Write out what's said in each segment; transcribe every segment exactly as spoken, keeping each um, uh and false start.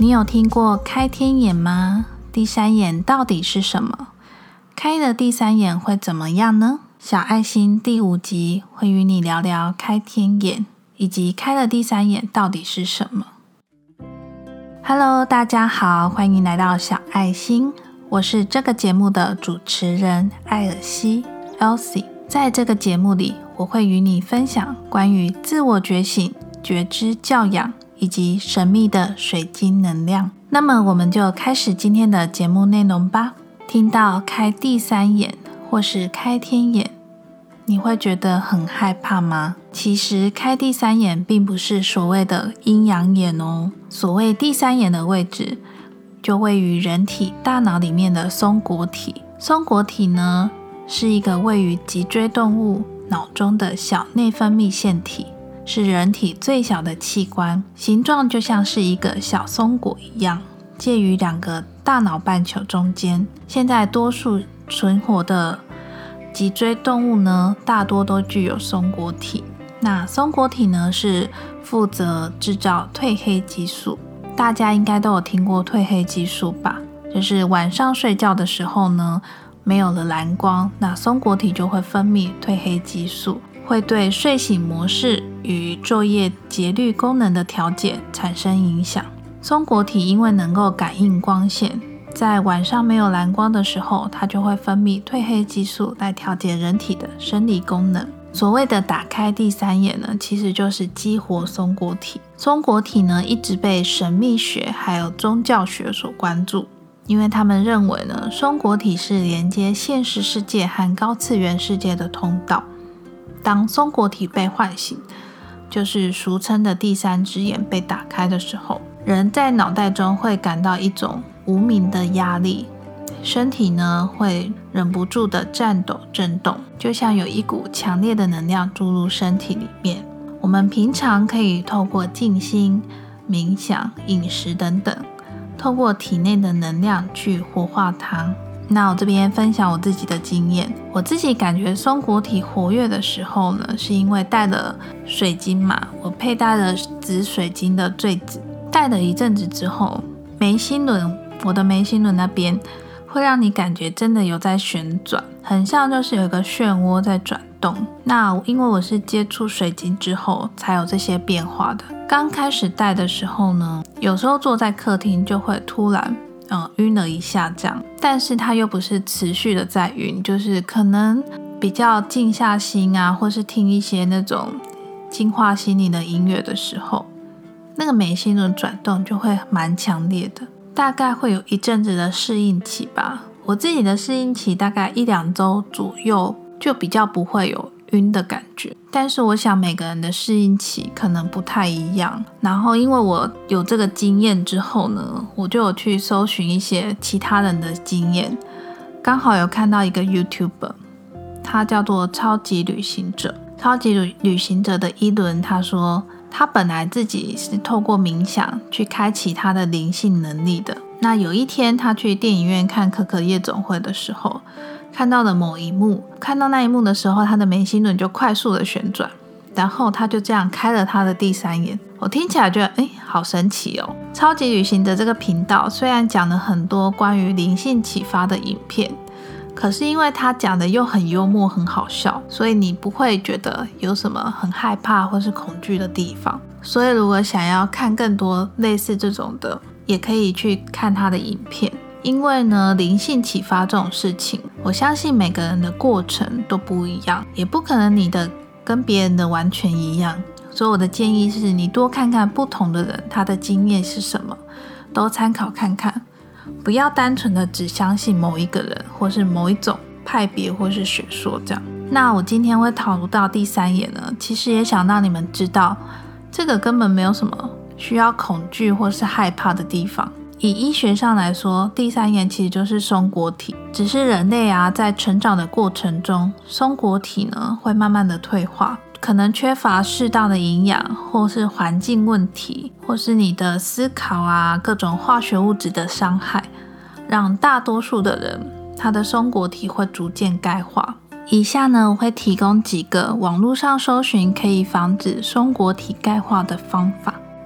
你有听过开天眼吗？第三眼到底是什么？开了第三眼会怎么样呢？小爱心第五集会与你聊聊开天眼，以及开了第三眼到底是什么。Hello， 大家好，欢迎来到小爱心，我是这个节目的主持人艾尔西 Elsie。在这个节目里，我会与你分享关于自我觉醒、觉知教养以及神秘的水晶能量。那么我们就开始今天的节目内容吧。听到开第三眼或是开天眼，你会觉得很害怕吗？其实开第三眼并不是所谓的阴阳眼哦。所谓第三眼的位置就位于人体大脑里面的松果体。松果体呢，是一个位于脊椎动物脑中的小内分泌腺体，是人体最小的器官，形状就像是一个小松果一样，介于两个大脑半球中间。现在多数存活的脊椎动物呢，大多都具有松果体。那松果体呢，是负责制造褪黑激素。大家应该都有听过褪黑激素吧？就是晚上睡觉的时候呢，没有了蓝光，那松果体就会分泌褪黑激素，会对睡醒模式与昼夜节律功能的调节产生影响。松果体因为能够感应光线，在晚上没有蓝光的时候，它就会分泌褪黑激素来调节人体的生理功能。所谓的打开第三眼呢，其实就是激活松果体。松果体呢，一直被神秘学还有宗教学所关注，因为他们认为呢，松果体是连接现实世界和高次元世界的通道。当松果体被唤醒，就是俗称的第三只眼被打开的时候，人在脑袋中会感到一种无名的压力，身体呢会忍不住的颤抖震动，就像有一股强烈的能量注入身体里面。我们平常可以透过静心、冥想、饮食等等，透过体内的能量去活化它。那我这边分享我自己的经验，我自己感觉松果体活跃的时候呢，是因为带了水晶嘛，我佩戴了紫水晶的坠子，戴了一阵子之后，眉心轮，我的眉心轮那边会让你感觉真的有在旋转，很像就是有一个漩涡在转动。那因为我是接触水晶之后才有这些变化的。刚开始戴的时候呢，有时候坐在客厅就会突然嗯，晕了一下这样，但是它又不是持续的在晕，就是可能比较静下心啊，或是听一些那种净化心灵的音乐的时候，那个眉心轮转动就会蛮强烈的，大概会有一阵子的适应期吧。我自己的适应期大概一两周左右，就比较不会有晕的感觉，但是我想每个人的适应期可能不太一样。然后因为我有这个经验之后呢，我就有去搜寻一些其他人的经验，刚好有看到一个 YouTuber， 他叫做超级旅行者。超级旅旅行者的一轮，他说他本来自己是透过冥想去开启他的灵性能力的。那有一天他去电影院看可可夜总会的时候，看到了某一幕，看到那一幕的时候，他的眉心轮就快速的旋转，然后他就这样开了他的第三眼。我听起来觉得诶好神奇哦。超级旅行的这个频道虽然讲了很多关于灵性启发的影片，可是因为他讲的又很幽默很好笑，所以你不会觉得有什么很害怕或是恐惧的地方。所以如果想要看更多类似这种的，也可以去看他的影片。因为呢，灵性启发这种事情，我相信每个人的过程都不一样，也不可能你的跟别人的完全一样。所以我的建议是，你多看看不同的人，他的经验是什么，都参考看看，不要单纯的只相信某一个人，或是某一种派别，或是学说这样。那我今天会讨论到第三眼呢，其实也想让你们知道，这个根本没有什么需要恐惧或是害怕的地方。以医学上来说，第三眼其实就是松果体，只是人类啊在成长的过程中，松果体呢会慢慢的退化，可能缺乏适当的营养，或是环境问题，或是你的思考啊各种化学物质的伤害，让大多数的人他的松果体会逐渐钙化。以下呢我会提供几个网络上搜寻可以防止松果体钙化的方法。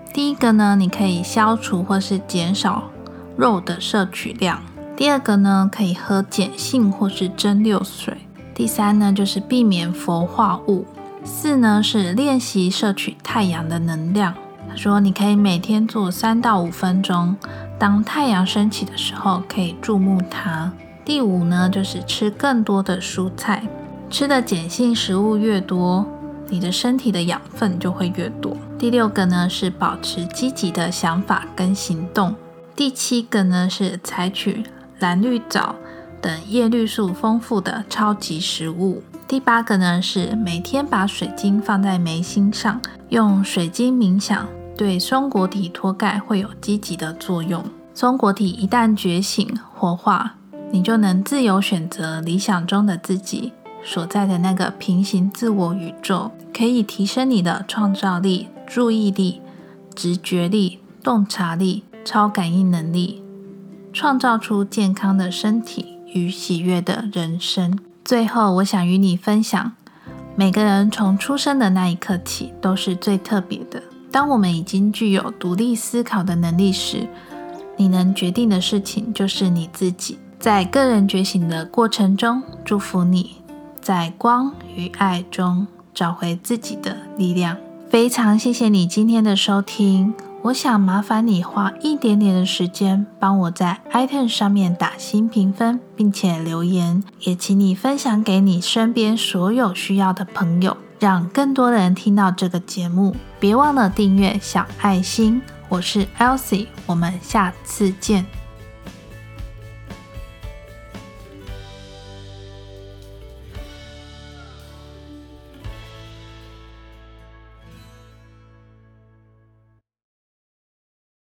第一个呢，你可以消除或是减少肉的摄取量。第二个呢，可以喝碱性或是蒸馏水。第三呢，就是避免氟化物。四呢，是练习摄取太阳的能量。他说你可以每天做三到五分钟，当太阳升起的时候可以注目它。第五呢，就是吃更多的蔬菜。吃的碱性食物越多，你的身体的养分就会越多。第六个呢，是保持积极的想法跟行动。第七个呢，是采取蓝绿藻等叶绿素丰富的超级食物。第八个呢，是每天把水晶放在眉心上，用水晶冥想，对松果体脱钙会有积极的作用。松果体一旦觉醒活化，你就能自由选择理想中的自己所在的那个平行自我宇宙，可以提升你的创造力、注意力、直觉力、洞察力、超感应能力，创造出健康的身体与喜悦的人生。最后，我想与你分享，每个人从出生的那一刻起都是最特别的。当我们已经具有独立思考的能力时，你能决定的事情就是你自己。在个人觉醒的过程中，祝福你在光与爱中找回自己的力量。非常谢谢你今天的收听，我想麻烦你花一点点的时间帮我在 iTunes 上面打新评分，并且留言，也请你分享给你身边所有需要的朋友，让更多人听到这个节目。别忘了订阅小爱心，我是 Elsie， 我们下次见。